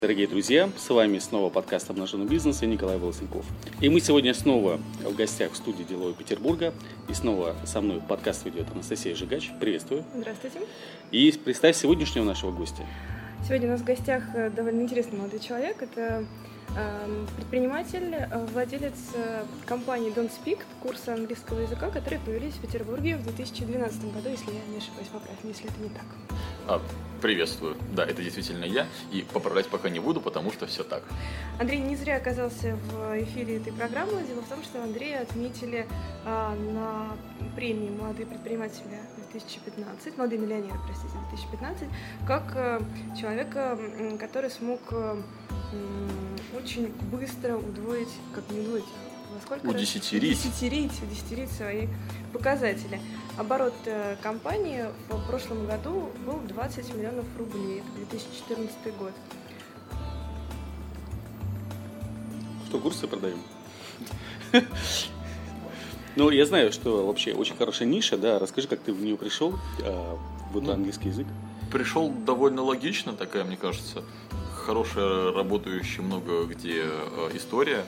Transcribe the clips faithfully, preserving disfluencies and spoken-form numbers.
Дорогие друзья, с вами снова подкаст «Обнаженный бизнес» и Николай Волосенков. И мы сегодня снова в гостях в студии Делового Петербурга. И снова со мной подкаст ведет Анастасия Жигач. Приветствую. Здравствуйте. И представь сегодняшнего нашего гостя. Сегодня у нас в гостях довольно интересный молодой человек. Это э, предприниматель, владелец компании Don't Speak, курса английского языка, которые появились в Петербурге в две тысячи двенадцатом году, если я не ошибаюсь, поправь меня, если это не так. А, приветствую. Да, это действительно я. И поправлять пока не буду, потому что все так. Андрей не зря оказался в эфире этой программы. Дело в том, что Андрея отметили а, на премии «Молодые предприниматели две тысячи пятнадцать», «Молодые миллионеры», простите, две тысячи пятнадцать, как а, человека, который смог а, очень быстро удвоить, как не удвоить, насколько удесятерить. удесятерить, удесятерить свои показатели. Оборот э, компании в прошлом году был двадцать миллионов рублей, это две тысячи четырнадцатый год. Что, курсы продаем? Ну, я знаю, что вообще очень хорошая ниша, да. Расскажи, как ты в нее пришел, в этот английский язык. Пришел довольно логично, такая, мне кажется, хорошая, работающая много где история.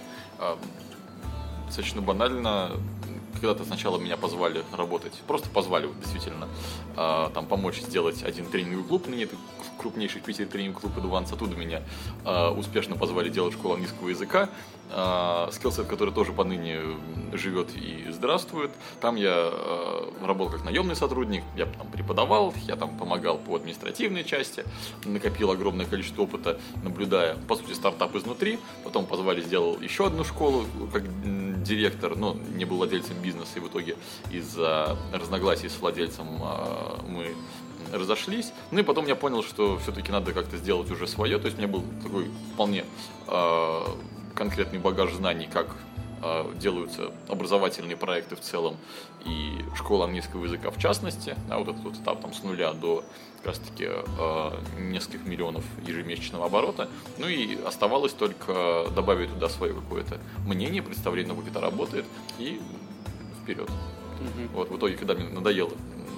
Достаточно банально. Когда-то сначала меня позвали работать, просто позвали, действительно, э, там помочь сделать один тренинговый клуб, ныне это крупнейший в Питере тренинговый клуб Advance, оттуда меня э, успешно позвали делать школу английского языка, э, скиллсет, который тоже поныне живет и здравствует. Там я э, работал как наемный сотрудник, я там преподавал, я там помогал по административной части, накопил огромное количество опыта, наблюдая, по сути, стартап изнутри, потом позвали, сделал еще одну школу, как директор, но не был владельцем бизнеса, и в итоге из-за разногласий с владельцем э, мы разошлись. Ну и потом я понял, что все-таки надо как-то сделать уже свое, то есть у меня был такой вполне э, конкретный багаж знаний, как э, делаются образовательные проекты в целом и школа английского языка в частности, а вот этот вот этап там с нуля до как раз таки э, нескольких миллионов ежемесячного оборота. Ну и оставалось только добавить туда свое какое-то мнение, представление, как это работает, и вперед. Mm-hmm. Вот, в итоге, когда мне надоело,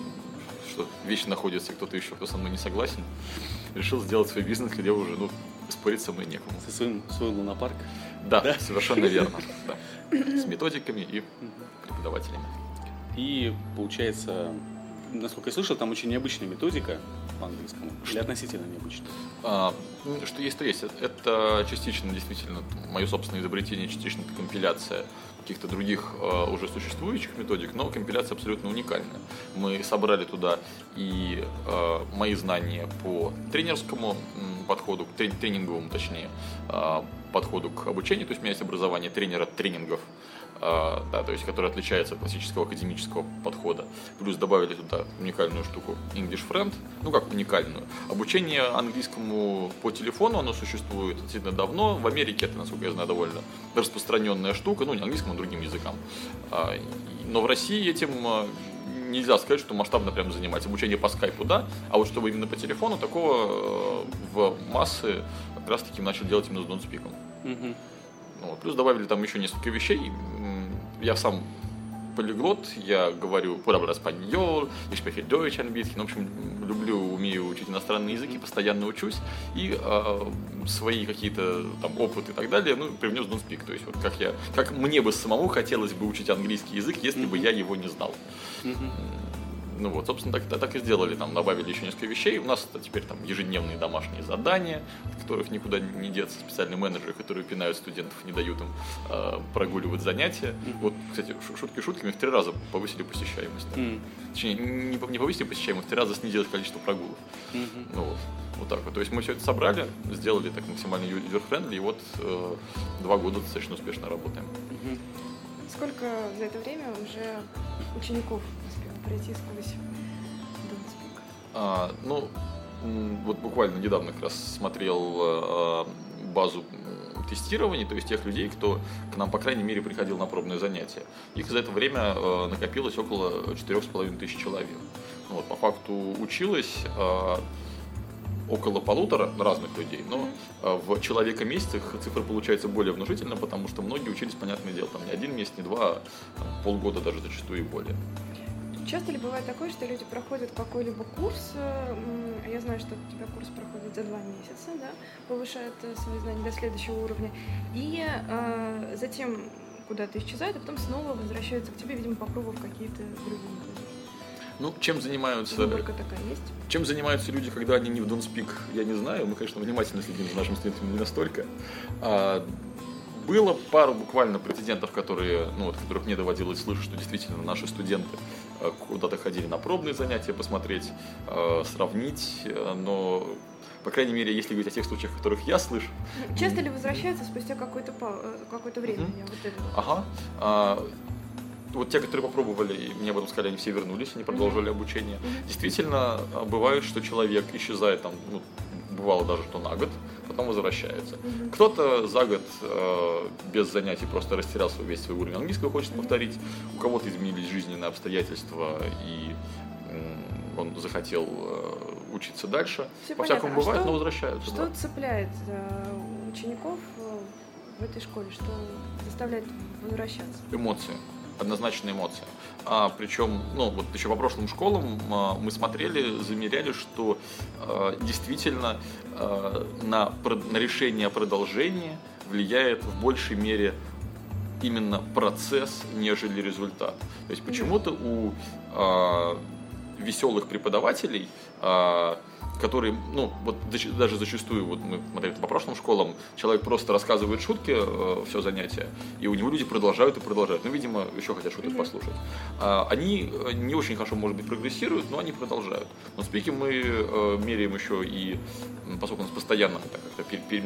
что вещи находятся, и кто-то еще, кто со мной не согласен, решил сделать свой бизнес, где уже, ну, спорить со мной некому. Со своим, свой лунопарк? Да, да? Совершенно верно. Да. С методиками и преподавателями. И, получается, насколько я слышал, там очень необычная методика по английскому, или относительно необычная? А, что есть, то есть. Это частично действительно мое собственное изобретение, частично это компиляция каких-то других э, уже существующих методик, но компиляция абсолютно уникальная. Мы собрали туда и э, мои знания по тренерскому м, подходу, трени- тренинговому, точнее, э, подходу к обучению, то есть у меня есть образование тренера тренингов, Uh, да, то есть, который отличается от классического академического подхода. Плюс добавили туда уникальную штуку English Friend. Ну как уникальную? Обучение английскому по телефону, оно существует действительно давно. В Америке это, насколько я знаю, довольно распространенная штука. Ну, не английскому, а другим языкам. Uh, но в России этим uh, нельзя сказать, что масштабно прям занимать. Обучение по скайпу, да, а вот чтобы именно по телефону, такого uh, в массы как раз таки начали делать именно с Don't Speak. Mm-hmm. Ну, плюс добавили там еще несколько вещей. Я сам полиглот, я говорю «puedo español», «ich spreche Deutsch ein bisschen». В общем, люблю, умею учить иностранные языки, постоянно учусь. И э, свои какие-то там опыты и так далее, ну, привнес Don't Speak. То есть, вот как, я, как мне бы самому хотелось бы учить английский язык, если mm-hmm. бы я его не знал. Mm-hmm. Ну вот, собственно, так, так и сделали, там добавили еще несколько вещей. У нас это теперь там ежедневные домашние задания, от которых никуда не деться, специальные менеджеры, которые пинают студентов, не дают им э, прогуливать занятия. Mm-hmm. Вот, кстати, шутки шутками, в три раза повысили посещаемость. Mm-hmm. Точнее, не, не повысили посещаемость, в три раза снизилось количество прогулов. Mm-hmm. Ну вот, вот так вот. То есть мы все это собрали, сделали так максимально user-friendly, и вот э, два года достаточно успешно работаем. Mm-hmm. Сколько за это время уже учеников успело пройти сквозь Don't Speak? А, ну, вот буквально недавно как раз смотрел а, базу тестирований, то есть тех людей, кто к нам, по крайней мере, приходил на пробное занятие. Их за это время а, накопилось около четырех с половиной тысяч человек. Вот, по факту училось а, около полутора разных людей, но mm-hmm. в человека-месяцах цифра получается более внушительна, потому что многие учились, понятное дело, там не один месяц, не два, а там, полгода даже зачастую и более. Часто ли бывает такое, что люди проходят какой-либо курс, м, я знаю, что у тебя курс проходит за два месяца, да, повышает э, свои знания до следующего уровня, и э, затем куда-то исчезают, а потом снова возвращаются к тебе, видимо, попробовав какие-то другие методы. Ну, чем занимаются... Выборка такая есть? Чем занимаются люди, когда они не в Don't Speak, я не знаю. Мы, конечно, внимательно следим за нашими студентами не настолько. А, было пару буквально прецедентов, которые, ну, вот, которых мне доводилось слышать, что действительно наши студенты а, куда-то ходили на пробные занятия посмотреть, а, сравнить, а, но... По крайней мере, если говорить о тех случаях, о которых я слышу. Часто ли возвращаются спустя какое-то, какое-то время? Mm-hmm. Я вот это вот. Ага. А, вот те, которые попробовали, и мне об этом сказали, они все вернулись, они продолжили mm-hmm. обучение. Mm-hmm. Действительно, бывает, что человек исчезает, там, ну, бывало даже, что на год, потом возвращается. Mm-hmm. Кто-то за год э, без занятий просто растерял свой, весь свой уровень английского, хочет mm-hmm. повторить. У кого-то изменились жизненные обстоятельства, и э, он захотел э, учиться дальше. По-всякому а бывает, что, но возвращаются. Что да. цепляет э, учеников э, в этой школе, что заставляет возвращаться? Эмоции. Однозначно эмоции. А, причем, ну, вот еще по прошлым школам а, мы смотрели, замеряли, что а, действительно а, на, на решение о продолжении влияет в большей мере именно процесс, нежели результат. То есть почему-то у а, веселых преподавателей, а, которые, ну, вот даже зачастую, вот мы смотрели по прошлым школам, человек просто рассказывает шутки э, все занятие, и у него люди продолжают и продолжают. Ну, видимо, еще хотят шуток mm-hmm. послушать. А, они не очень хорошо, может быть, прогрессируют, но они продолжают. Но в спике мы э, меряем еще и, поскольку у нас постоянно так как-то пер, пер,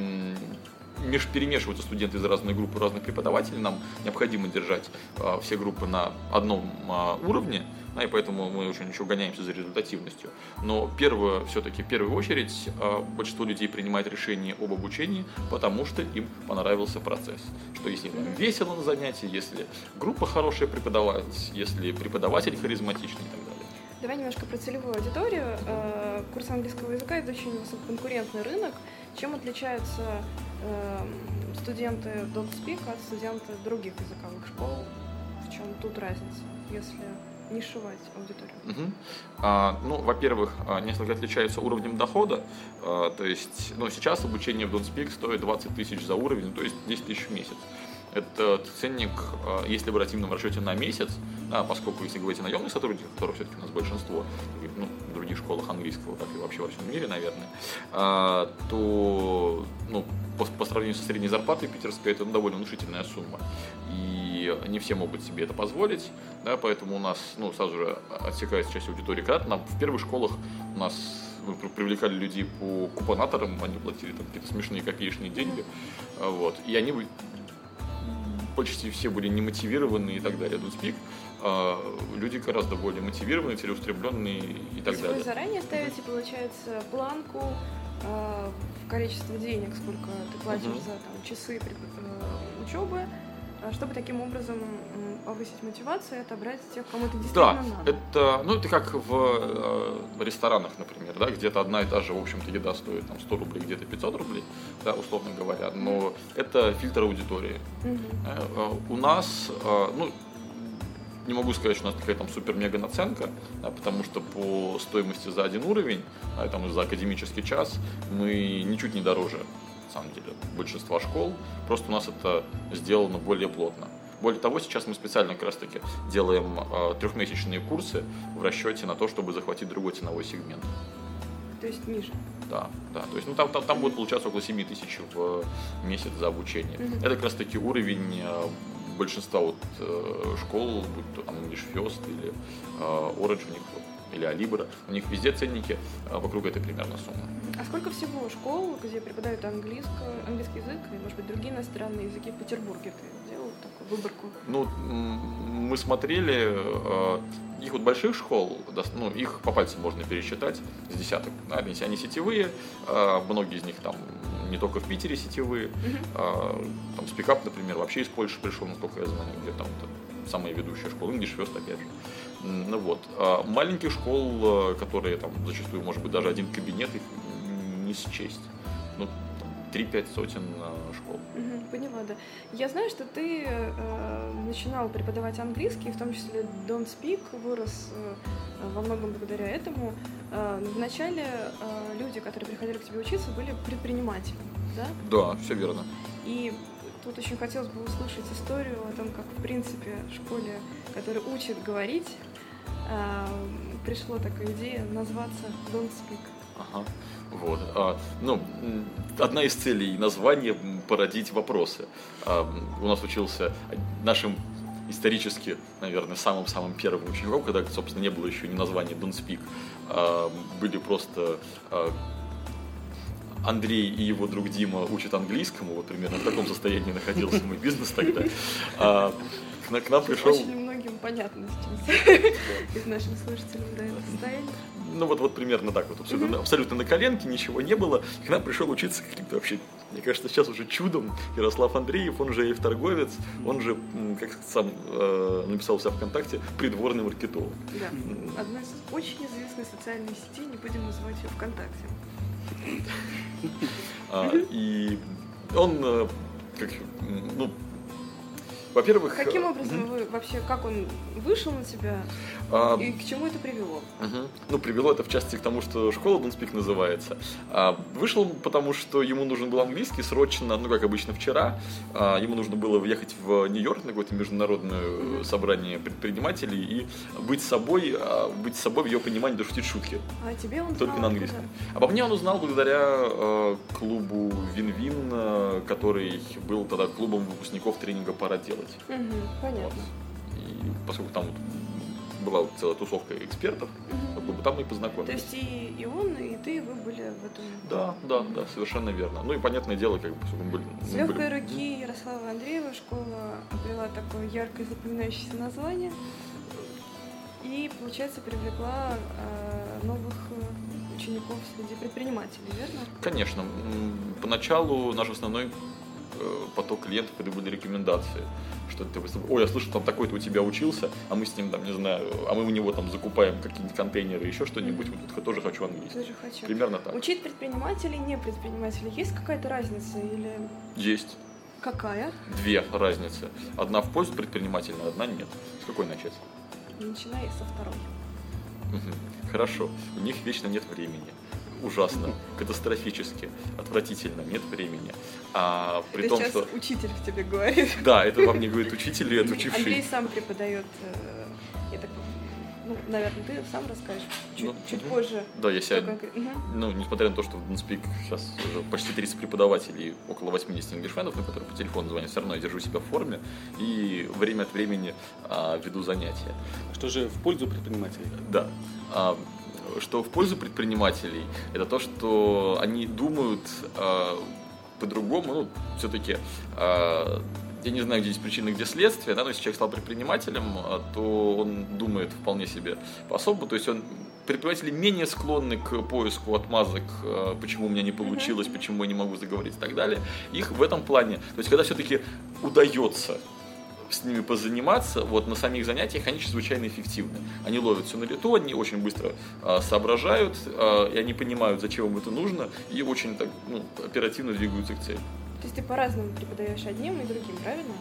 меж, перемешиваются студенты из разных групп и разных преподавателей, нам необходимо держать э, все группы на одном э, уровне. И поэтому мы очень еще гоняемся за результативностью. Но первое, все-таки в первую очередь большинство людей принимает решение об обучении, потому что им понравился процесс. Что если им весело на занятии, если группа хорошая преподавать, если преподаватель харизматичный и так далее. Давай немножко про целевую аудиторию. Курс английского языка – это очень высококонкурентный рынок. Чем отличаются студенты Don't Speak от студентов других языковых школ? В чем тут разница, если нишевать аудиторию? Угу. А, ну, во-первых, несколько отличается уровнем дохода. А, то есть, ну, сейчас обучение в Don't Speak стоит двадцать тысяч за уровень, то есть десять тысяч в месяц. Это ценник, если брать именно в расчете на месяц, да, поскольку если говорить о наемных сотрудниках, которых все-таки у нас большинство, ну, в других школах английского, как и вообще во всем мире, наверное, а, то, ну, по, по сравнению со средней зарплатой питерской, это, ну, довольно внушительная сумма. И не все могут себе это позволить, да, поэтому у нас, ну, сразу же отсекается часть аудитории. Когда-то нам в первых школах у нас мы привлекали людей по купонаторам, они платили там какие-то смешные копеечные деньги, вот, и они почти все были немотивированы и так далее. Don't Speak, а люди гораздо более мотивированные, целеустремленные и так То далее. Вы заранее ставите, получается, планку э, в количество денег, сколько ты платишь uh-huh. за там, часы э, учебы, чтобы таким образом повысить мотивацию и отобрать тех, кому это действительно да, надо. Это, ну, это как в э, ресторанах, например, да, где-то одна и та же, в общем-то, еда стоит там, сто рублей, где-то пятьсот рублей, да, условно говоря, но mm-hmm. это фильтр аудитории. Mm-hmm. Э, у нас, э, ну, не могу сказать, что у нас такая там супер-мега наценка, да, потому что по стоимости за один уровень, да, там, за академический час, мы ничуть не дороже, на самом деле, большинства школ, просто у нас это сделано более плотно. Более того, сейчас мы специально как раз таки делаем э, трехмесячные курсы в расчете на то, чтобы захватить другой ценовой сегмент. То есть ниже? Да, да. То есть, ну, там, там, там будет получаться около семь тысяч в месяц за обучение. Mm-hmm. Это как раз таки уровень э, большинства вот, э, школ, будь то там English First или э, Orange у них, или Alibra, у них везде ценники э, вокруг этой примерно суммы. А сколько всего школ, где преподают английский, английский язык и, может быть, другие иностранные языки в Петербурге? Ты делал такую выборку? Ну, мы смотрели, их вот больших школ, ну, их по пальцам можно пересчитать с десяток. Они, они сетевые, многие из них там не только в Питере сетевые. Uh-huh. Там Speak-Up, например, вообще из Польши пришел, насколько я знаю, где там самая ведущая школа, English First, опять же. Ну вот. А маленьких школ, которые там зачастую, может быть, даже один кабинет, их не счесть. Ну, три-пять сотен школ. Угу, поняла, да. Я знаю, что ты э, начинал преподавать английский, в том числе Don't Speak, вырос э, во многом благодаря этому. Э, вначале э, люди, которые приходили к тебе учиться, были предпринимателями, да? Да, все верно. И тут очень хотелось бы услышать историю о том, как, в принципе, в школе, которая учит говорить, э, пришла такая идея назваться Don't Speak. Ага. Вот. А, ну, одна из целей названия – породить вопросы. А, у нас учился нашим исторически, наверное, самым-самым первым учеником, когда, собственно, не было еще ни названия Don't Speak, а, были просто а, Андрей и его друг Дима учат английскому, вот примерно в таком состоянии находился мой бизнес тогда. А, к, к нам пришел... Очень многим понятно сейчас из наших слушателей до этого состояния. Ну вот, вот примерно так вот, абсолютно, mm-hmm. абсолютно на коленке, ничего не было. К нам пришел учиться каким-то вообще, мне кажется, сейчас уже чудом Ярослав Андреев, он же и торговец, он же, как сам э, написал у себя ВКонтакте, придворный маркетолог. Да, одна из очень известных социальных сетей, не будем называть ее ВКонтакте. А, и он, как, ну, во-первых... Каким образом вы вообще, как он вышел на тебя а, и к чему это привело? Угу. Ну, привело это в частности к тому, что школа Don't Speak называется. А, вышел он потому, что ему нужен был английский срочно, ну, как обычно вчера. А, ему нужно было въехать в Нью-Йорк на какое-то международное mm-hmm. собрание предпринимателей и быть собой, а, быть собой в ее понимании, да шутить шутки. А тебе он Только знал, на английском. Да? Обо мне он узнал благодаря э, клубу Вин-Вин, э, который был тогда клубом выпускников тренинга «Пора делать». Угу, понятно. Вот. И поскольку там вот была вот целая тусовка экспертов, угу. вот, там мы и познакомились. То есть и, и он, и ты, вы были в этом... Да, да, да, совершенно верно. Ну и понятное дело, как бы, поскольку мы были... С мы легкой были... руки Ярослава Андреева школа обрела такое яркое запоминающееся название и, получается, привлекла э, новых учеников среди предпринимателей, верно? Конечно. Поначалу наш основной поток клиентов, это были рекомендации, что ты, ой, я слышал, там такой-то у тебя учился, а мы с ним, там, не знаю, а мы у него там закупаем какие-нибудь контейнеры, еще что-нибудь, mm-hmm. вот тоже хочу английский. Тоже хочу. Примерно так. Учить предпринимателей, не предпринимателей, есть какая-то разница или... Есть. Какая? Две разницы. Одна в пользу предпринимателя, одна нет. С какой начать? Начинай со второй. Угу. Хорошо. У них вечно нет времени. Ужасно, катастрофически, отвратительно, нет времени. А при это том, сейчас что... учитель тебе говорит. Да, это вам не говорит учитель и отучивший. Андрей сам преподает, я так, ну, наверное, ты сам расскажешь чуть, ну, чуть угу. позже. Да, я себя, угу. ну, несмотря на то, что в Don't Speak сейчас уже почти тридцать преподавателей, около восемьдесят инглишменов, на которые по телефону звонят, все равно я держу себя в форме и время от времени а, веду занятия. Что же в пользу предпринимателей? Да. А, что в пользу предпринимателей, это то, что они думают э, по-другому, ну, все-таки, э, я не знаю, где здесь причины, где следствие, да, но если человек стал предпринимателем, то он думает вполне себе по-особому, то есть он, предприниматели менее склонны к поиску отмазок, э, почему у меня не получилось, mm-hmm. почему я не могу заговорить и так далее, их в этом плане, то есть когда все-таки удается с ними позаниматься, вот на самих занятиях они чрезвычайно эффективны. Они ловят все на лету, они очень быстро а, соображают, а, и они понимают, зачем им это нужно, и очень так, ну, оперативно двигаются к цели. То есть ты по-разному преподаешь одним и другим, правильно?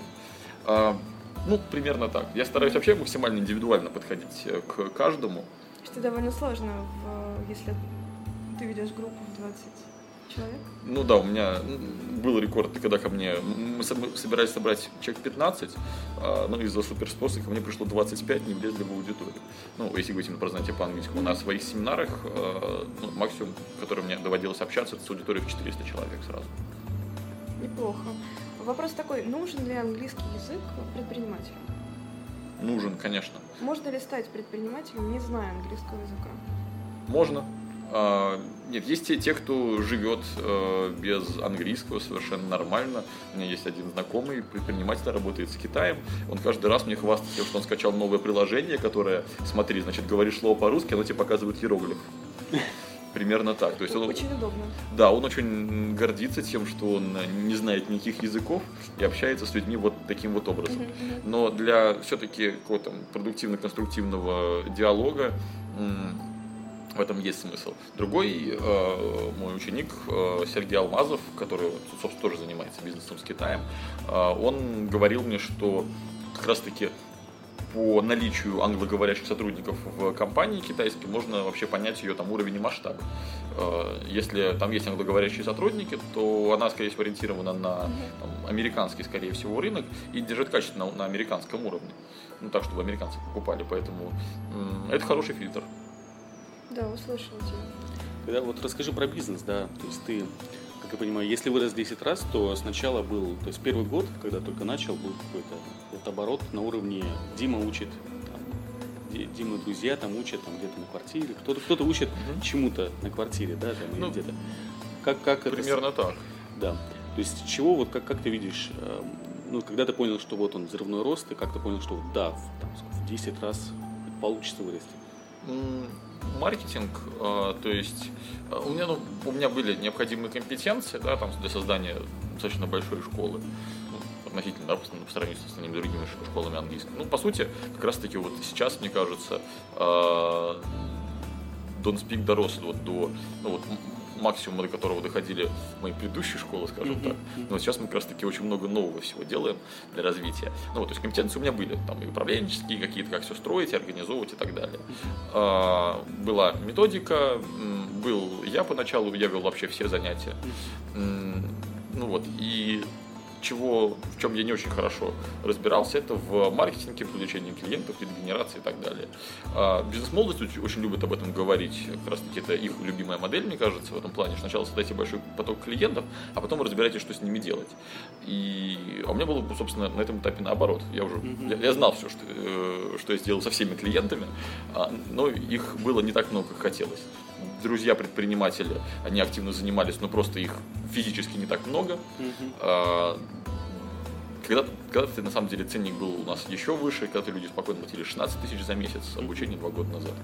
А, ну, примерно так. Я стараюсь вообще максимально индивидуально подходить к каждому. Что довольно сложно, в, если ты ведешь группу в двадцать человек? Ну да, у меня был рекорд, когда ко мне, мы собирались собрать человек пятнадцать, но из-за суперспроса ко мне пришло двадцать пять, не влезли в аудиторию. Ну, если говорить именно про занятия по-английскому, на своих семинарах, ну, максимум, который мне доводилось общаться, это с аудиторией в четыреста человек сразу. Неплохо. Вопрос такой, нужен ли английский язык предпринимателю? Нужен, конечно. Можно ли стать предпринимателем, не зная английского языка? Можно. Uh, нет, есть те, те, кто живет uh, без английского совершенно нормально. У меня есть один знакомый предприниматель, работает с Китаем. Он каждый раз мне хвастается тем, что он скачал новое приложение, которое, смотри, значит, говоришь слово по-русски, оно тебе показывает иероглиф. Примерно так. То есть он, очень удобно. Да, он очень гордится тем, что он не знает никаких языков и общается с людьми вот таким вот образом. Uh-huh. Но для все-таки какого-то продуктивно-конструктивного диалога В этом есть смысл. Другой э, мой ученик э, Сергей Алмазов, который, собственно, тоже занимается бизнесом с Китаем, э, он говорил мне, что как раз-таки по наличию англоговорящих сотрудников в компании китайской можно вообще понять ее там уровень и масштаб. Если там есть англоговорящие сотрудники, то она, скорее всего, ориентирована на там, американский, скорее всего, рынок и держит качество на, на американском уровне. Ну, так, чтобы американцы покупали. Поэтому м- это хороший фильтр. Да, услышала тебя. Когда, вот расскажи про бизнес, да, то есть ты, как я понимаю, если вырос десять раз, то сначала был, то есть первый год, когда только начал, был какой-то вот оборот на уровне Дима учит, там, Дима друзья там учат там где-то на квартире, кто-то, кто-то учит mm-hmm. чему-то на квартире, да, там, или ну, где-то. Как, как примерно это, так. Да, то есть чего, вот как, как ты видишь, э, ну, когда ты понял, что вот он взрывной рост, и как ты понял, что да, в, там, в десять раз получится вырасти? Mm. Маркетинг, э, то есть э, у меня, ну, у меня были необходимые компетенции, да, там, для создания достаточно большой школы, ну, относительно, да, по сравнению с остальными другими школами английского. Ну, по сути, как раз-таки вот сейчас, мне кажется, э, Don't Speak дорос вот до, ну, вот, максимума, до которого доходили мои предыдущие школы, скажем mm-hmm. так. Но сейчас мы как раз-таки очень много нового всего делаем для развития. Ну, вот, то есть компетенции у меня были, там и управленческие какие-то, как все строить, организовывать и так далее. Mm-hmm. А, была методика, был я поначалу, я вел вообще все занятия. Mm-hmm. Ну вот, и чего, в чем я не очень хорошо разбирался, это в маркетинге, привлечении клиентов, лид-генерации и так далее. А бизнес-молодость очень любит об этом говорить, как раз таки это их любимая модель, мне кажется, в этом плане. Сначала создайте большой поток клиентов, а потом разбирайтесь, что с ними делать. И а у меня было, собственно, на этом этапе наоборот. Я уже mm-hmm. я, я знал все, что, что я сделал со всеми клиентами, но их было не так много, как хотелось. Друзья-предприниматели, они активно занимались, но просто их физически не так много. Mm-hmm. Когда, когда-то, на самом деле, ценник был у нас еще выше, когда-то люди спокойно платили шестнадцать тысяч за месяц, обучение два года назад.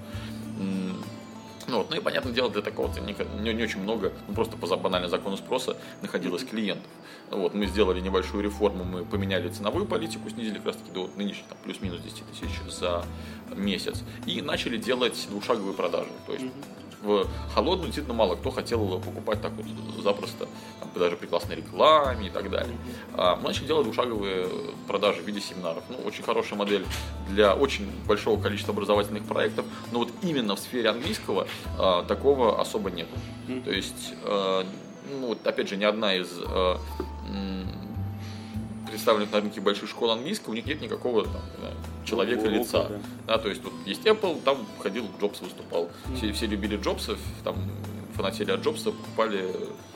Ну, вот, ну и, понятное дело, для такого ценника не, не очень много, ну, просто по банальному закону спроса находилось клиентов. Вот, мы сделали небольшую реформу, мы поменяли ценовую политику, снизили как раз таки до нынешних там, плюс-минус десять тысяч за месяц и начали делать двухшаговые продажи. То есть в холодную действительно мало кто хотел покупать так вот запросто, там, даже при классной рекламе и так далее. А мы начали делать двухшаговые продажи в виде семинаров. Ну, очень хорошая модель для очень большого количества образовательных проектов, но вот именно в сфере английского а, такого особо нет. Mm-hmm. То есть, а, ну, вот, опять же, ни одна из а, м, представленных на рынке больших школ английского, у них нет никакого там, человека, ну, лица. Да. Да, то есть тут есть Apple, там ходил Джобс, выступал. Mm-hmm. Все, все любили Джобса, там фанатели от Джобса, покупали,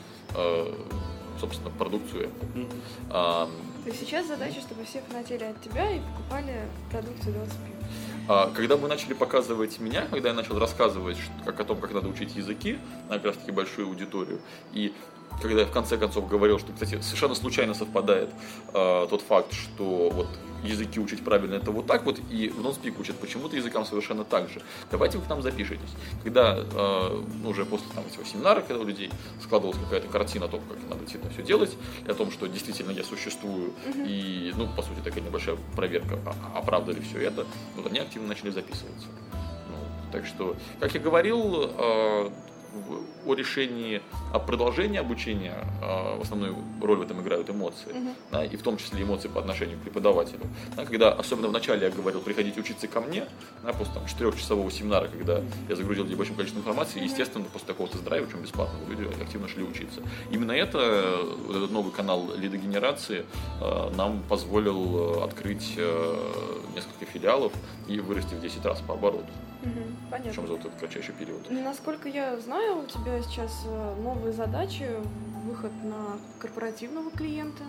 э, собственно, продукцию Apple. Mm-hmm. А, То есть сейчас задача, чтобы все фанатели от тебя и покупали продукцию Don't Speak. А, когда мы начали показывать меня, когда я начал рассказывать как, о том, как надо учить языки, на как раз таки большую аудиторию, и когда я в конце концов говорил, что, кстати, совершенно случайно совпадает э, тот факт, что вот языки учить правильно это вот так вот, и в Don't Speak учат почему-то языкам совершенно так же. Давайте вы к нам запишитесь. Когда э, уже после там, этого семинара, когда у людей складывалась какая-то картина о том, как надо действительно все делать, и о том, что действительно я существую, mm-hmm. и, ну, по сути, такая небольшая проверка, а правда ли все это, вот они активно начали записываться. Ну, так что, как я говорил, э, о решении, о продолжении обучения э, основную роль в этом играют эмоции, uh-huh. да, и в том числе эмоции по отношению к преподавателю. Да, когда, особенно в начале я говорил, приходите учиться ко мне, да, после там, четырехчасового семинара, когда uh-huh. я загрузил небольшое количество информации, uh-huh. естественно, после такого тест-драйва, причем бесплатно, люди активно шли учиться. Именно это, вот этот новый канал лидогенерации э, нам позволил открыть э, несколько филиалов и вырасти в десять раз по обороту. Угу, понятно. Причем за вот этот кратчайший период. Насколько я знаю, у тебя сейчас новые задачи, выход на корпоративного клиента.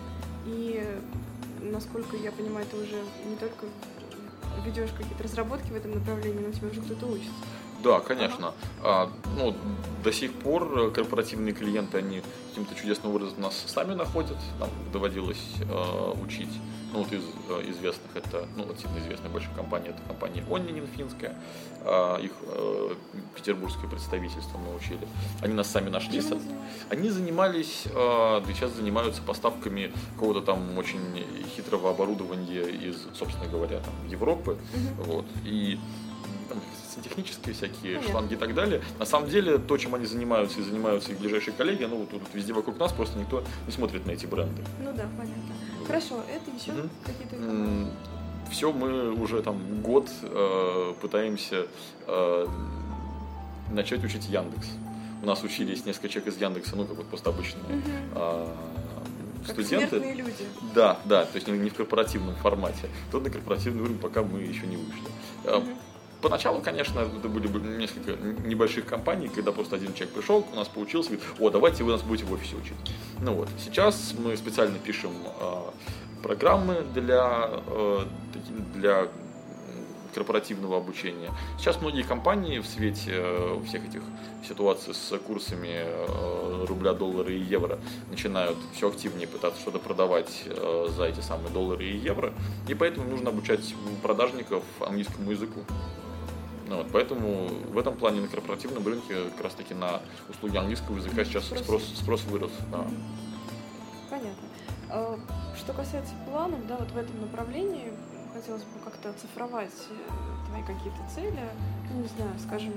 И, насколько я понимаю, ты уже не только ведешь какие-то разработки в этом направлении, но у тебя уже кто-то учится. Да, конечно. Ага. А, ну, до сих пор корпоративные клиенты, они каким-то чудесным образом нас сами находят. Нам доводилось э, учить. Ну, вот из э, известных, это, ну, вот сильно известная большая компания, это компания Onninen финская. Э, их э, петербургское представительство мы учили. Они нас сами нашли. Они занимались, э, да сейчас занимаются поставками какого-то там очень хитрого оборудования из, собственно говоря, там, Европы. Угу. Вот. И там, технические всякие Понятно. шланги и так далее. На самом деле, то, чем они занимаются и занимаются их ближайшие коллеги, ну, вот тут везде вокруг нас просто никто не смотрит на эти бренды. Ну да, понятно. Хорошо, это еще Мгм. какие-то... М, Все, мы уже там год э, пытаемся э, начать учить Яндекс. У нас учились несколько человек из Яндекса, ну, как вот просто обычные Мгм. э, Как студенты. смертные люди. Да, да, то есть не, не в корпоративном формате. Тот на корпоративный уровень пока мы еще не вышли. Э, Мгм. Поначалу, конечно, это были бы несколько небольших компаний, когда просто один человек пришел, у нас поучился, говорит, о, давайте вы нас будете в офисе учить. Ну вот, сейчас мы специально пишем э, программы для, э, таки- для корпоративного обучения. Сейчас многие компании в свете э, всех этих ситуаций с курсами э, рубля, доллара и евро начинают все активнее пытаться что-то продавать э, за эти самые доллары и евро, и поэтому нужно обучать продажников английскому языку. Ну, вот, поэтому в этом плане на корпоративном рынке как раз таки на услуги английского языка сейчас Спрос спрос, есть. спрос вырос. Да. Понятно. А, Что касается планов, да, вот в этом направлении хотелось бы как-то оцифровать э, твои какие-то цели, ну, не знаю, скажем,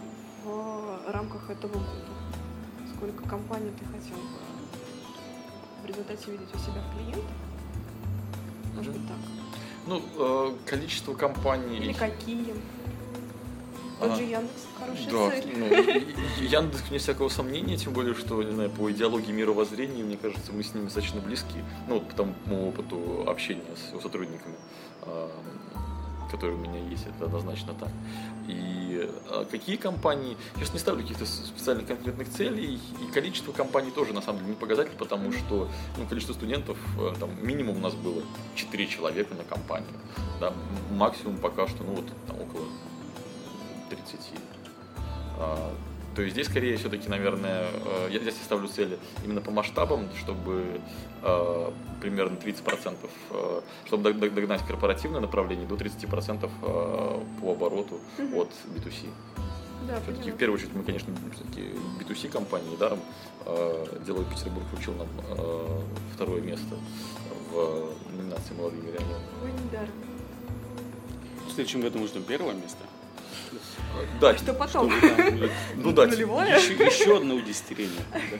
в рамках этого года. Сколько компаний ты хотел бы в результате видеть у себя в клиентах? Может быть так. Ну, э, количество компаний... Или какие? Тот А, же Яндекс, хорошая Да, цель. ну, и- и Яндекс, вне всякого сомнения, тем более, что, не знаю, по идеологии мировоззрения, мне кажется, мы с ними достаточно близки. Ну, вот по тому опыту общения с его сотрудниками, э, который у меня есть, это однозначно так. И э, какие компании, я сейчас не ставлю каких-то специальных конкретных целей, и количество компаний тоже, на самом деле, не показатель, потому что ну, количество студентов, э, там, минимум у нас было четыре человека на компанию, да, м- максимум пока что, ну, вот, там, около тридцати. А, то есть здесь скорее все-таки, наверное, э, я здесь ставлю цели именно по масштабам, чтобы э, примерно тридцать процентов, э, чтобы дог- дог- догнать корпоративное направление, до тридцати процентов э, по обороту Мгм. от би ту си. Да, Все-таки поняла. в первую очередь мы, конечно, все-таки би ту си компании, недаром э, Деловой Петербург вручил нам э, второе место в номинации «Молодые миллионеры». Ой, недаром. В следующем году мы ждем первого места. Да, А что потом? Чтобы там, э, ну да, Нулевое? еще, еще одно удесятерение.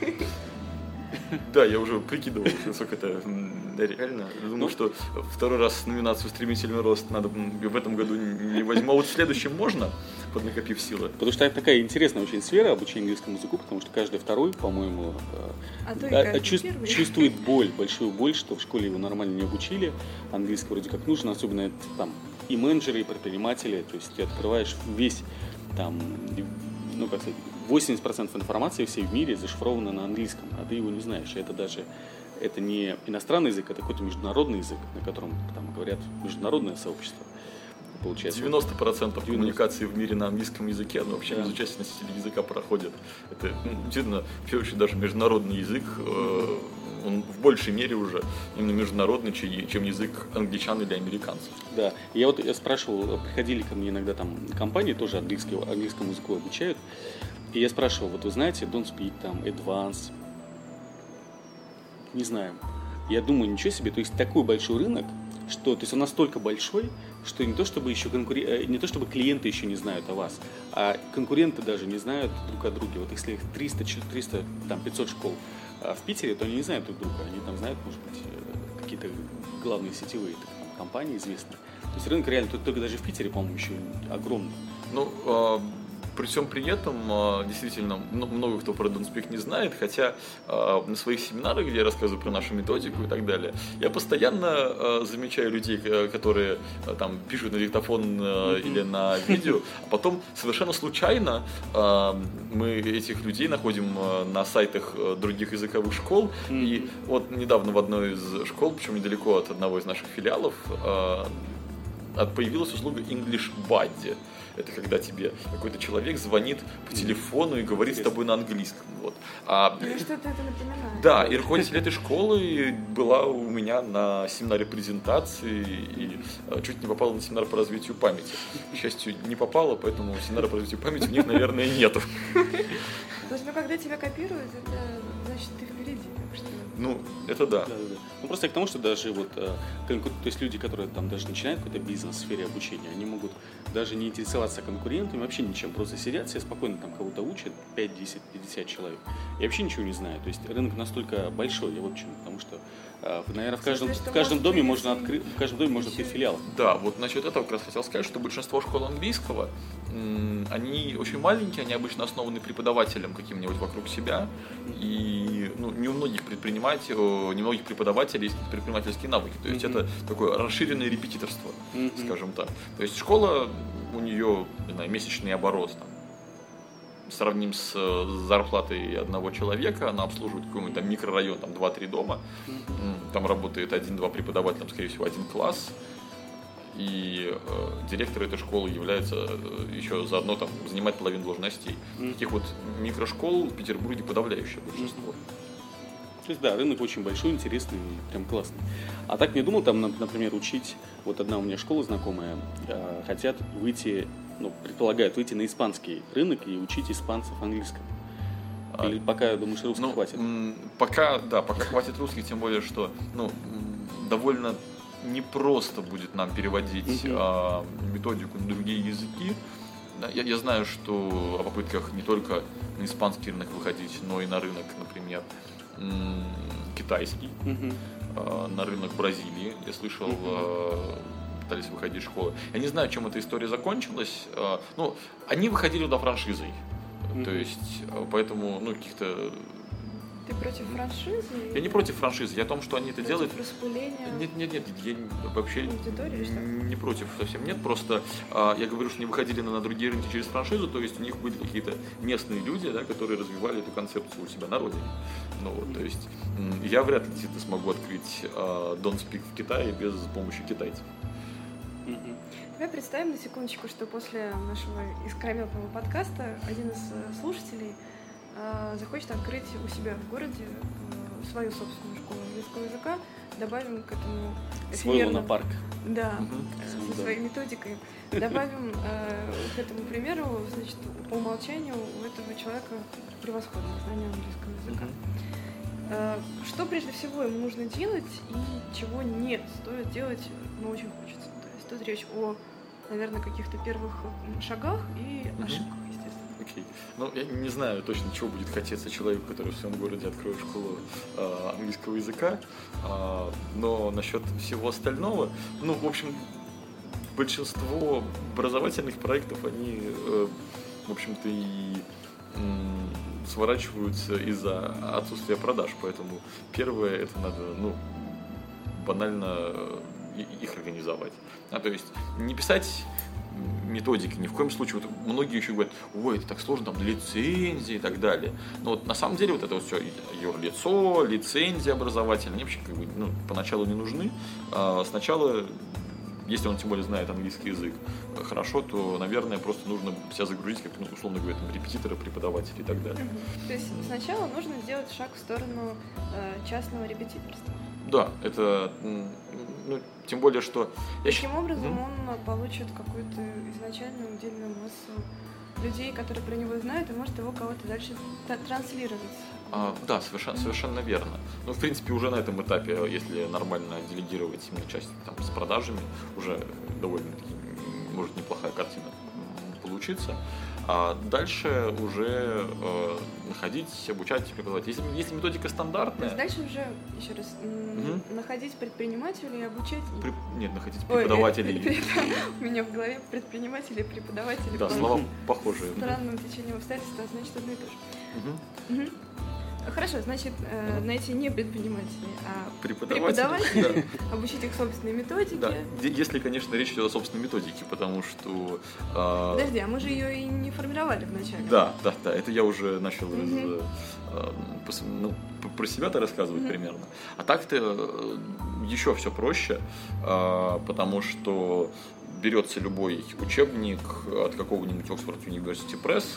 Да, я уже прикидывал, насколько это м, реально. Я думаю, Ну. что второй раз номинацию «Стремительный рост» надо м, в этом году не возьму, а вот в следующем можно, поднакопив силы. Потому что это такая интересная очень сфера обучения английскому языку, потому что каждый второй, по-моему, э, А то и а- а каждый чувс- первый. чувствует боль, большую боль, что в школе его нормально не обучили, английский вроде как нужен, особенно это, там и менеджеры, и предприниматели, то есть ты открываешь весь там, ну как сказать, восемьдесят процентов информации всей в мире зашифровано на английском, а ты его не знаешь, и это даже это не иностранный язык, это какой-то международный язык, на котором там говорят международное сообщество, получается. девяносто процентов девяносто. коммуникации в мире на английском языке, но вообще Да. без участия носителей языка проходит. Это, ну, действительно, в первую очередь, даже международный язык, э, он в большей мере уже именно международный, чем, чем язык англичан или американцев. Да, я вот я спрашивал, приходили ко мне иногда там компании, тоже английский, английскому языку обучают, и я спрашивал, вот вы знаете, don't speak, там, advance, не знаем. Я думаю, ничего себе, то есть такой большой рынок, что, то есть он настолько большой, что не то чтобы еще конкурен... э, не то чтобы клиенты еще не знают о вас, а конкуренты даже не знают друг о друге. Вот если их триста, триста, там, пятьсот школ а в Питере, то они не знают друг друга, они там знают, может быть, э, какие-то главные сетевые так, там, компании известные. То есть рынок реально, только даже в Питере, по-моему, еще огромный. Ну, э, при всем при этом, э, действительно, м- много кто про Don't Speak не знает, хотя э, на своих семинарах, где я рассказываю про нашу методику и так далее, я постоянно э, замечаю людей, э, которые э, там пишут на диктофон э, или на видео, а потом совершенно случайно э, мы этих людей находим э, на сайтах э, других языковых школ, и вот недавно в одной из школ, причем недалеко от одного из наших филиалов, э, от- появилась услуга English Buddy. Это когда тебе какой-то человек звонит по телефону и говорит с тобой на английском. Вот. А, Или что-то это напоминает. да, и руководитель этой школы была у меня на семинаре презентации и э, чуть не попала на семинар по развитию памяти. К счастью, не попала, поэтому семинара по развитию памяти у них, наверное, нету. То есть, ну, когда тебя копируют, это значит, ты впереди. Так что Ну, это да. Да, да, да. Ну, просто к тому, что даже вот, э, конкур- то есть люди, которые там даже начинают какой-то бизнес в сфере обучения, они могут даже не интересоваться конкурентами, вообще ничем, просто сидят себе спокойно, там кого-то учат, пять, десять, пятьдесят человек, и вообще ничего не знают. То есть рынок настолько большой, я вот почему, потому что, э, наверное, в каждом, Смысле, в каждом доме можно если- открыть, в каждом доме можно открыть филиал. Да, вот насчет этого как раз хотел сказать, что большинство школ английского, м, они очень маленькие, они обычно основаны преподавателем каким-нибудь вокруг себя, и ну, не у многих предпринимателей, не у многих преподавателей есть предпринимательские навыки, то есть Мгм. это такое расширенное репетиторство, Мгм. скажем так. То есть школа, у нее, не знаю, месячный оборот там, сравним с э, зарплатой одного человека, она обслуживает какой-нибудь там микрорайон, там два-три дома, Мгм. М, там работает один-два преподавателя, там, скорее всего, один класс, и э, директор этой школы является э, еще заодно там занимает половину должностей. Мгм. Таких вот микрошкол в Петербурге подавляющее большинство. То есть, да, рынок очень большой, интересный, прям классный. А так, не думал там, на- например, учить, вот одна у меня школа знакомая, э, хотят выйти, ну, предполагают выйти на испанский рынок и учить испанцев английскому. А, Или пока, думаешь, русского Ну, хватит? м, пока, да, пока хватит русских, тем более, что ну, м, довольно непросто будет нам переводить Мгм. а, методику на другие языки. Да, Я, я знаю, что о попытках не только на испанский рынок выходить, но и на рынок, например, м, китайский, Мгм. а, на рынок Бразилии. Я слышал, Мгм. а, пытались выходить школы. Я не знаю, чем эта история закончилась. а, Ну, они выходили туда франшизой. То Мгм. есть, а, поэтому, ну, каких-то... Ты против франшизы? Я не против франшизы, я о том, что они это Против делают. распыления Нет, нет, нет, я не- вообще аудитории, что ли? не против совсем нет. Просто а, я говорю, что они выходили на, на другие рынки через франшизу, то есть у них были какие-то местные люди, да, которые развивали эту концепцию у себя на родине. Ну, вот, то есть м, я вряд ли действительно смогу открыть а, Don't Speak в Китае без помощи китайцев. Мгм. Давай представим на секундочку, что после нашего искрометного подкаста один из э, слушателей э, захочет открыть у себя в городе э, свою собственную школу английского языка. Добавим к этому Свой эфемерному- лунопарк. Да, Мгм. э, Да. со своей методикой. Добавим э, к этому примеру, значит, по умолчанию у этого человека превосходное знание английского языка. Э, Что прежде всего ему нужно делать и чего не стоит делать, но очень хочется. То есть тут речь о, наверное, каких-то первых м, шагах и Мгм. ошибках, естественно. Окей. Ну, я не знаю точно, чего будет хотеться человеку, который в своем городе откроет школу э, английского языка, а, но насчет всего остального, ну, в общем, большинство образовательных проектов, они, э, в общем-то, и м, сворачиваются из-за отсутствия продаж, поэтому первое, это надо, ну, банально э, и- их организовать. А, то есть не писать методики, ни в коем случае. Вот многие еще говорят, ой, это так сложно, там лицензии и так далее. Но вот на самом деле вот это вот все, юрлицо, лицензии образовательные, они вообще как бы, ну, поначалу не нужны. А сначала, если он тем более знает английский язык хорошо, то, наверное, просто нужно себя загрузить, как, ну, условно говоря, там, репетитора, преподавателя и так далее. То есть сначала нужно сделать шаг в сторону э, частного репетиторства. Да, это, м, ну, тем более, что... Я щ- Таким образом Мгм. он получит какую-то изначальную удельную массу людей, которые про него знают, и может его кого-то дальше та- транслировать. А, да, совершенно, совершенно верно. Ну, в принципе, уже на этом этапе, если нормально делегировать именно часть там, с продажами, уже довольно-таки м, может неплохая картина м, получиться. А дальше уже э, находить, обучать, преподавать. Если, если методика То есть стандартная, дальше уже, еще раз, м, Мгм. находить предпринимателей и обучать... при- нет, находить Ой, преподавателей. э, У меня в голове предприниматели и преподаватели. Да, по слова похожие. странным течением обстоятельств, а значит одно и то же. Мгм. Мгм. Хорошо, значит, э, Мгм. найти не предпринимателей, а Преподаватели. преподавателей, обучить их собственной методике. Да. Де- Если, конечно, речь идет о собственной методике, потому что... а, Подожди, а мы же ее и не формировали вначале. Да, да, да, это я уже начал из, Мгм. э, э, пос- ну, п- про себя-то рассказывать Мгм. примерно. А так-то э, еще все проще, э, потому что берется любой учебник от какого-нибудь Oxford University Press,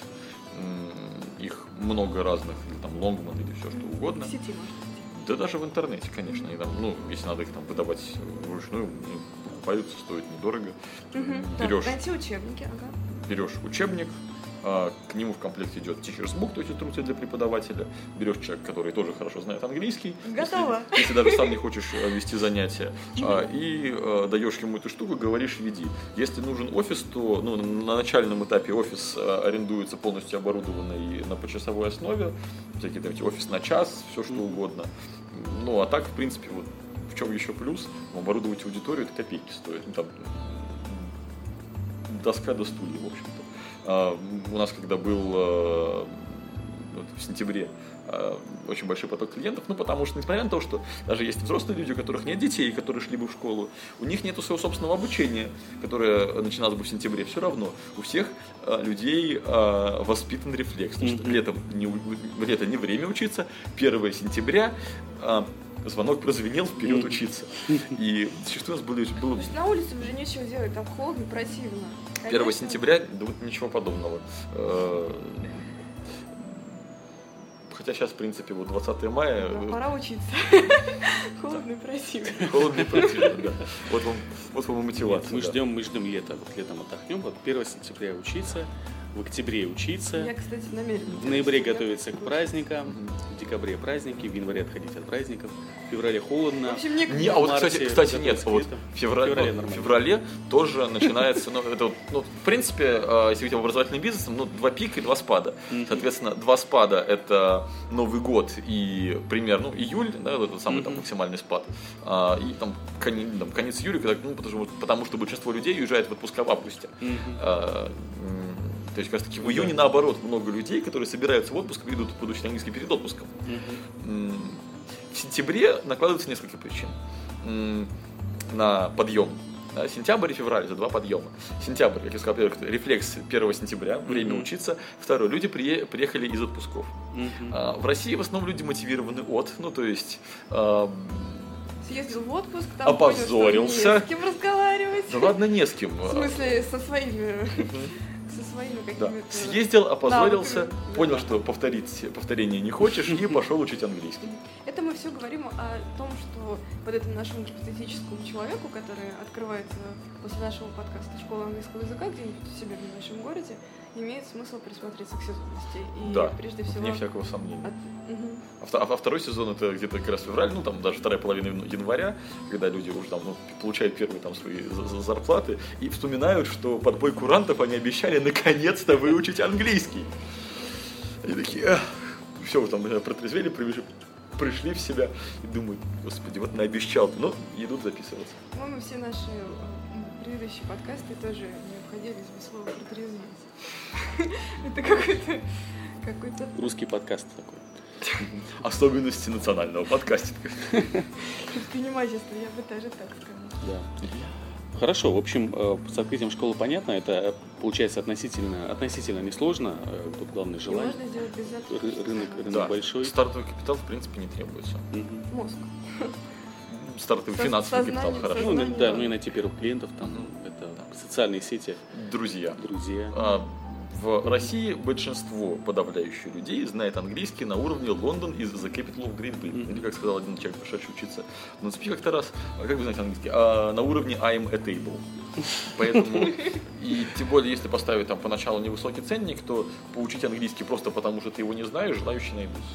м, их много разных, или там Longman, или все что угодно. В сети, может быть. Да даже в интернете, конечно, они там, ну, если надо их там выдавать вручную, ну, покупаются, стоит недорого. Мгм. Так, Берешь найти учебники, ага. берешь учебник К нему в комплекте идет Teacher's Book, то есть инструкция для преподавателя. Берешь человека, который тоже хорошо знает английский. Готово. Если, если даже сам не хочешь вести занятия. И даешь ему эту штуку, говоришь, веди. Если нужен офис, то ну, на начальном этапе офис арендуется полностью оборудованный на почасовой основе. Всякие там, офис на час, все что угодно. Ну, а так, в принципе, вот в чем еще плюс, оборудовать аудиторию, это копейки стоит. Ну, там, доска до стулья, в общем-то. Uh, у нас, когда был uh, вот, в сентябре uh, очень большой поток клиентов, ну, потому что, несмотря на то, что даже есть взрослые люди, у которых нет детей, которые шли бы в школу, у них нет своего собственного обучения, которое начиналось бы в сентябре, все равно у всех uh, людей uh, воспитан рефлекс, потому что летом не, лето не время учиться, первого сентября uh, звонок прозвенел, вперед учиться. И зачастую у нас было... было... То есть на улице уже нечего делать, там холодно, противно. первого сентября, да вот ничего подобного. Хотя сейчас, в принципе, вот двадцатое мая... Да, пора учиться. Холодно и противно. Холодно и противно, да. Вот вам, вот вам и мотивация. Мы да. ждем, мы ждем лета. Вот летом отдохнем. Вот первого сентября учиться, в октябре учиться. Я, кстати, намерена. В ноябре готовиться к праздникам, в декабре праздники, в январе отходить от праздников, в феврале холодно. В общем, не, не, а вот, кстати, кстати нет, вот в феврале, феврале, ну, в феврале тоже начинается, ну, это, ну, в принципе, если говорить об образовательном бизнесе, ну, два пика и два спада. Соответственно, два спада – это Новый год и примерно, ну, июль, да, это самый там максимальный спад. И там конец, там, конец июля, когда, ну, потому, потому что большинство людей уезжает в отпуска в августе. То есть, как раз таки, в июне, наоборот, много людей, которые собираются в отпуск и идут подучить английский перед отпуском. Mm-hmm. В сентябре накладывается несколько причин на подъем. Да, сентябрь и февраль – это два подъема. Сентябрь, как я сказал, во-первых, рефлекс первого сентября, время mm-hmm. учиться. Второе, люди при, приехали из отпусков. Mm-hmm. А, в России в основном люди мотивированы от, ну, то есть… А, съездил в отпуск, там опозорился. Понял, что не с кем разговаривать. Да ладно, не с кем. В смысле, со своими… со своими какими-то... Да. Съездил, опозорился, навыками. понял, Да. что повторить повторение не хочешь, и пошел учить английский. Это мы все говорим о том, что вот этому нашему гипотетическому человеку, который открывается после нашего подкаста «Школа английского языка» где-нибудь у себя в небольшом городе, имеет смысл присмотреться к сезонности. И да, прежде всего... вне всякого сомнения. От... Угу. А, а второй сезон это где-то как раз февраль, ну там даже вторая половина января, когда люди уже там ну, получают первые там свои зарплаты и вспоминают, что под бой курантов они обещали наконец-то выучить английский. Они такие, все, там протрезвели, пришли, пришли в себя и думают, господи, вот наобещал, ну, идут записываться. По-моему, все наши предыдущие подкасты тоже не обходились без слова «протрезвить». Это какой-то... какой-то... Русский подкаст такой. Особенности национального подкастинга. Предпринимательство, я бы даже так сказала. Да. Хорошо, в общем, с открытием школы понятно, это получается относительно, относительно несложно, тут главное желание. И можно сделать без затрат. Рынок, рынок да. большой. Стартовый капитал, в принципе, не требуется. Угу. Мозг. Стартовый Со- финансовый сознание, капитал, хорошо. Ну, Сознание, да, да. ну и найти первых клиентов, там, это социальные сети, Друзья. друзья. А, в России большинство подавляющих людей знает английский на уровне Лондон из The Capital of Great Britain. Mm-hmm. Или, как сказал один человек, пришедший учиться на ЦПИ как-то раз, а как вы знаете английский? А, на уровне I'm a table. Поэтому, и тем более, если поставить там поначалу невысокий ценник, то поучить английский просто потому, что ты его не знаешь, желающие найдутся.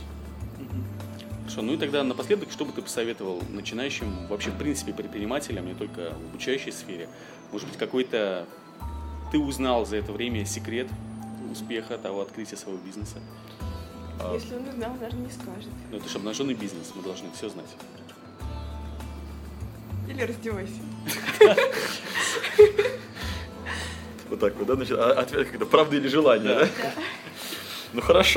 Хорошо, ну и тогда напоследок, что бы ты посоветовал начинающим, вообще, в принципе, предпринимателям, не только в обучающей сфере? Может быть, какой-то ты узнал за это время секрет успеха того открытия своего бизнеса? Если он узнал, даже не скажет. Ну, это же обнаженный бизнес, мы должны все знать. Или раздевайся. Вот так вот, да? Значит, ответ как-то правда или желание, да? Ну хорошо.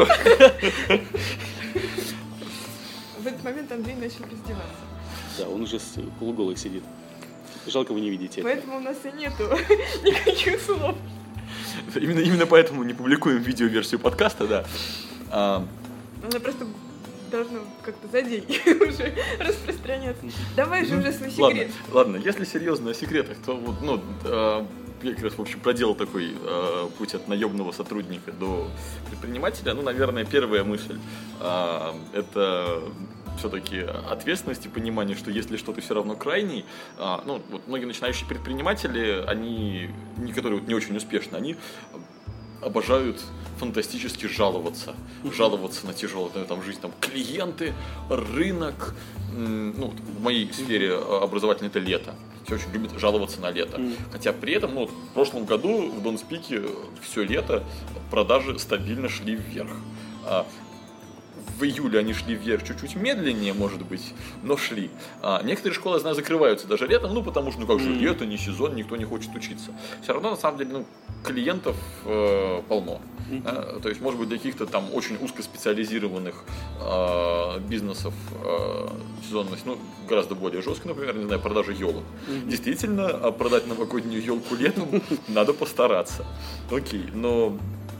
В этот момент Андрей начал раздеваться. Да, он уже полуголый сидит. Жалко, вы не видите это. Поэтому у нас и нету никаких слов. Именно, именно поэтому не публикуем видеоверсию подкаста, да. А... Она просто должна как-то за день уже распространяться. Давай же уже свой секрет. Ладно, ладно, если серьезно о секретах, то вот, ну, э, я как раз, в общем, проделал такой э, путь от наемного сотрудника до предпринимателя. Ну, наверное, первая мысль э, это все-таки ответственность и понимание, что если что-то все равно крайний, э, ну, вот многие начинающие предприниматели, они, некоторые вот не очень успешны, они обожают фантастически жаловаться. Жаловаться на тяжелую там, жизнь, там, клиенты, рынок. Ну, в моей сфере образовательной это лето. Все очень любят жаловаться на лето. Mm. Хотя при этом, ну, в прошлом году в Донспике все лето продажи стабильно шли вверх. А в июле они шли вверх чуть-чуть медленнее, может быть, но шли. А некоторые школы, я знаю, закрываются даже летом, ну, потому что, ну, как же, mm. лето, не сезон, никто не хочет учиться. Все равно, на самом деле, ну, клиентов э, полно. Mm-hmm. А, то есть, может быть, для каких-то там очень узкоспециализированных э, бизнесов э, сезонность, ну, гораздо более жесткая, например, не знаю, продажа елок. Mm-hmm. Действительно, продать новогоднюю елку летом надо постараться. Окей, но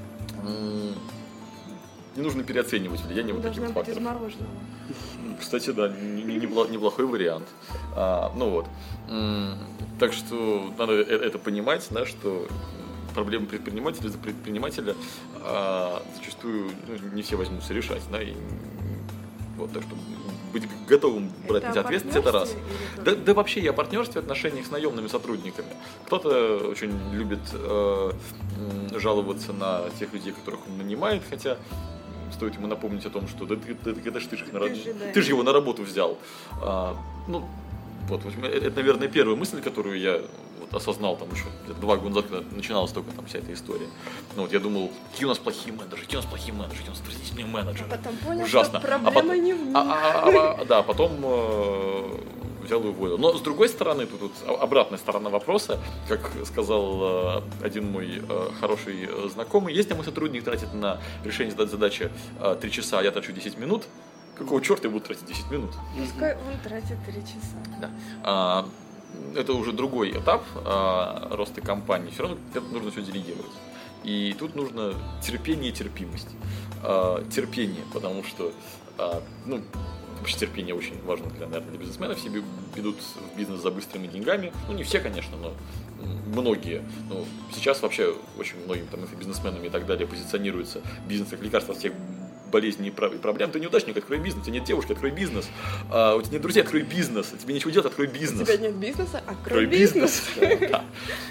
не нужно переоценивать влияние вот таких факторов. Должна быть из мороженого. Кстати, да, неплохой вариант. А, ну вот. Так что надо это понимать, да, что проблемы предпринимателя за предпринимателя а, зачастую ну, не все возьмутся решать. Да, и, вот, так что быть готовым брать на себя ответственность, это раз. Да, да вообще и о партнерстве, отношениях с наемными сотрудниками. Кто-то очень любит э, жаловаться на тех людей, которых он нанимает, хотя стоит ему напомнить о том, что да, да, да, это ж ты, ж на, ты, же, да. ты же его на работу взял. А, ну, вот, это, наверное, первая мысль, которую я вот, осознал там еще два года назад, когда начиналась только там вся эта история. Ну, вот я думал, какие у нас плохие менеджеры, какие у нас плохие менеджеры, какие у нас отвратительные менеджеры. А потом понял, ужасно. что проблема а потом, не в них. А, а, а, а, да, потом э, взял и уволил. Но с другой стороны, тут, тут обратная сторона вопроса, как сказал э, один мой э, хороший знакомый, если мой сотрудник тратит на решение задачи э, три часа, а я трачу десять минут, какого черта я буду тратить десять минут? Пускай он тратит три часа. Да. А, это уже другой этап а, роста компании. Все равно это нужно все делегировать. И тут нужно терпение и терпимость. А, терпение, потому что а, ну, вообще терпение очень важно для, наверное, для бизнесменов. Все идут в бизнес за быстрыми деньгами. Ну, не все, конечно, но многие. Ну, сейчас вообще очень многим там, бизнесменами и так далее позиционируется бизнес как лекарство от всех болезней и проблем. Ты неудачник, открой бизнес. У тебя нет девушки, открой бизнес. А, у тебя нет друзей, открой бизнес. Тебе нечего делать, открой бизнес. У тебя нет бизнеса, открой бизнес. бизнес. Да.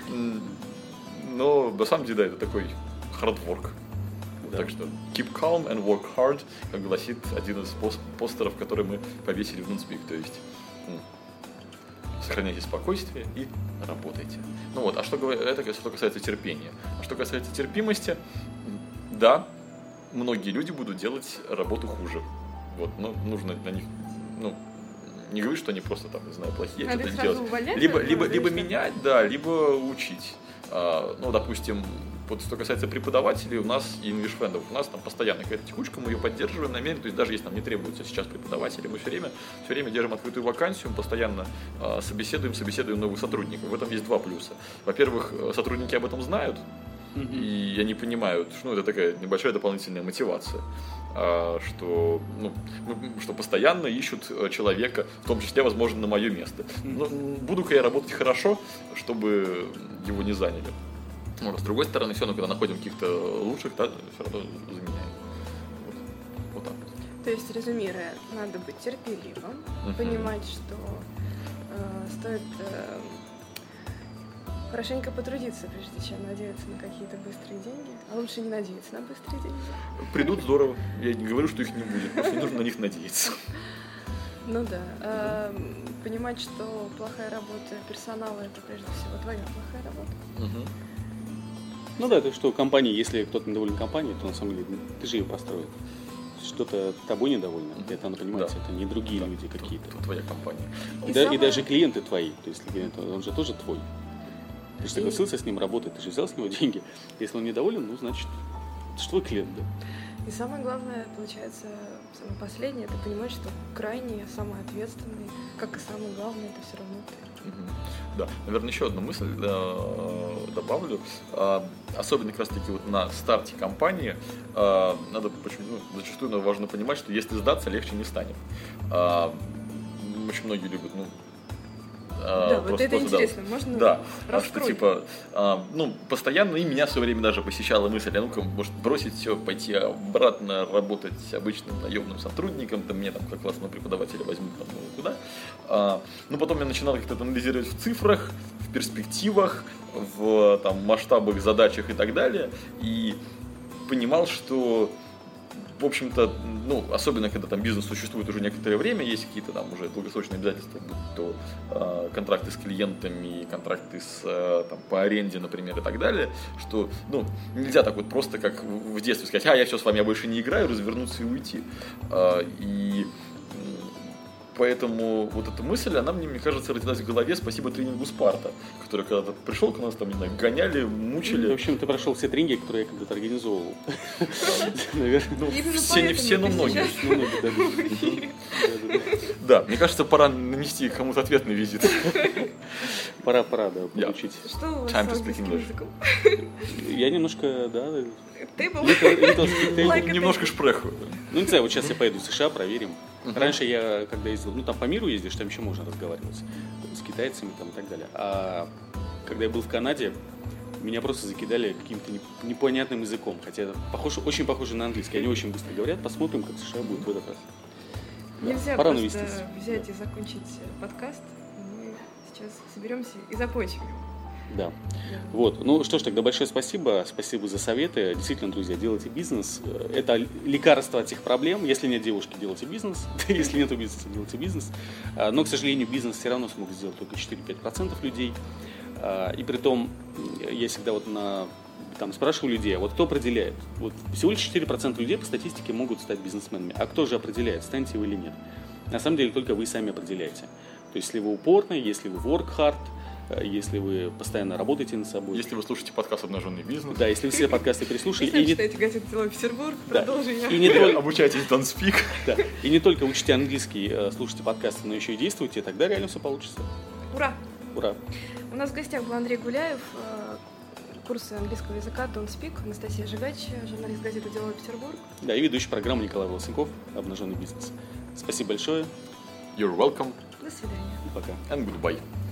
Но на самом деле, да, это такой hard work. Да. Так что keep calm and work hard, как гласит один из постеров, который мы повесили в Донспик. То есть сохраняйте спокойствие и работайте. Ну вот, а что, это что касается терпения. А что касается терпимости, да, многие люди будут делать работу хуже. Вот, но нужно на них, ну, не говорить, что они просто там, не знаю, плохие, что-то делать. Увольнять, либо, либо, либо менять, да, либо учить. А, ну, допустим, вот что касается преподавателей, у нас и инглиш-френдов, у нас там постоянно какая-то текучка, мы ее поддерживаем намеренно, то есть даже если нам не требуется сейчас преподаватели, мы все время, все время держим открытую вакансию, мы постоянно а, собеседуем, собеседуем новых сотрудников. В этом есть два плюса. Во-первых, сотрудники об этом знают, и они понимают, что ну, это такая небольшая дополнительная мотивация, что, ну, что постоянно ищут человека, в том числе, возможно, на мое место. Но буду-ка я работать хорошо, чтобы его не заняли. Вот. С другой стороны, все равно, когда находим каких-то лучших, да, все равно заменяем. Вот, вот так. То есть, резюмируя, надо быть терпеливым, uh-huh. понимать, что э, стоит э, хорошенько потрудиться, прежде чем надеяться на какие-то быстрые деньги. А лучше не надеяться на быстрые деньги. Придут здорово. Я не говорю, что их не будет, просто не нужно на них надеяться. Ну да. Э, понимать, что плохая работа персонала — это прежде всего твоя плохая работа. Uh-huh. Ну да, то что компания, если кто-то недоволен компанией, то на самом деле ты же ее построил. Что-то тобой недовольно, mm-hmm. это надо понимать, да. это не другие да. люди какие-то. Это твоя компания. И, и, да, самое... и даже клиенты твои, то есть клиент, он же тоже твой. Ты же согласился с ним работать, ты же взял с него деньги. Если он недоволен, ну значит, это же твой клиент, да. И самое главное, получается, самое последнее, это понимать, что крайне самый ответственный, как и самое главное, это все равно ты. Да, наверное, еще одну мысль да, добавлю. Особенно как раз таки вот на старте компании надо, почему, ну, зачастую важно понимать, что если сдаться, легче не станет. Очень многие любят, ну, да, просто, вот это просто, интересно, да, можно да, раскрыть? Что, типа, а, ну, постоянно, и меня в свое время даже посещала мысль, а ну-ка, может, бросить все, пойти обратно работать обычным наемным сотрудником, там, меня там как классного преподавателя возьмут, там, ну, куда. А, ну, потом я начинал как-то анализировать в цифрах, в перспективах, в там, масштабах, задачах и так далее, и понимал, что, в общем-то, ну, особенно когда там бизнес существует уже некоторое время, есть какие-то там уже долгосрочные обязательства, будь то э, контракты с клиентами, контракты с, э, там, по аренде, например, и так далее, что, ну, нельзя так вот просто, как в детстве сказать, а, я все с вами, я больше не играю, развернуться и уйти. Э, и Поэтому вот эта мысль, она мне, мне кажется, родилась в голове спасибо тренингу Спарта, который когда-то пришел к нас, там, не знаю, гоняли, мучили. В общем, ты прошел все тренинги, которые я когда-то организовывал. Наверное. Ну, все не все, но многие. многие. Да, мне кажется, пора нанести кому-то ответный визит. Пора, пора, да, получить. Что у вас с Time to speak английским English. языком? Я немножко, да, Тейбл? little- little speak table. Like a Немножко шпреху. Ну, не знаю, вот сейчас я поеду в США, проверим. Раньше я, когда ездил, ну, там по миру ездишь, там еще можно разговаривать с китайцами там, и так далее. А когда я был в Канаде, меня просто закидали каким-то не- непонятным языком. Хотя это похоже, очень похоже на английский. Они очень быстро говорят. Посмотрим, как США будет в этот раз. Нельзя Пора просто навестись. взять и закончить подкаст. Мы сейчас соберемся и закончим его. Да. Вот. Ну что ж, тогда большое спасибо. Спасибо за советы. Действительно, друзья, делайте бизнес. Это лекарство от всех проблем. Если нет девушки, делайте бизнес. Если нет бизнеса, делайте бизнес. Но, к сожалению, бизнес все равно смогут сделать только четыре-пять процентов людей. И при том, я всегда вот на, там, спрашиваю людей, а вот кто определяет? Вот всего лишь четыре процента людей по статистике могут стать бизнесменами. А кто же определяет, станете вы или нет? На самом деле только вы сами определяете. То есть, если вы упорны, если вы work hard, если вы постоянно работаете над собой. Если вы слушаете подкаст «Обнаженный бизнес», Да, если вы все подкасты переслушали. Если И вы не, читаете газету «Деловой Петербург», Да. продолжение. и не только, обучайтесь Don't Speak. да, и не только учите английский, э, слушайте подкасты, но еще и действуйте, тогда реально все получится. Ура! Ура! У нас в гостях был Андрей Гуляев, э, курсы английского языка Don't Speak, Анастасия Жигач, журналист газеты «Деловой Петербург». Да, и ведущий программы Николай Волосенков, «Обнаженный бизнес». Спасибо большое. You're welcome До свидания. И пока. and goodbye.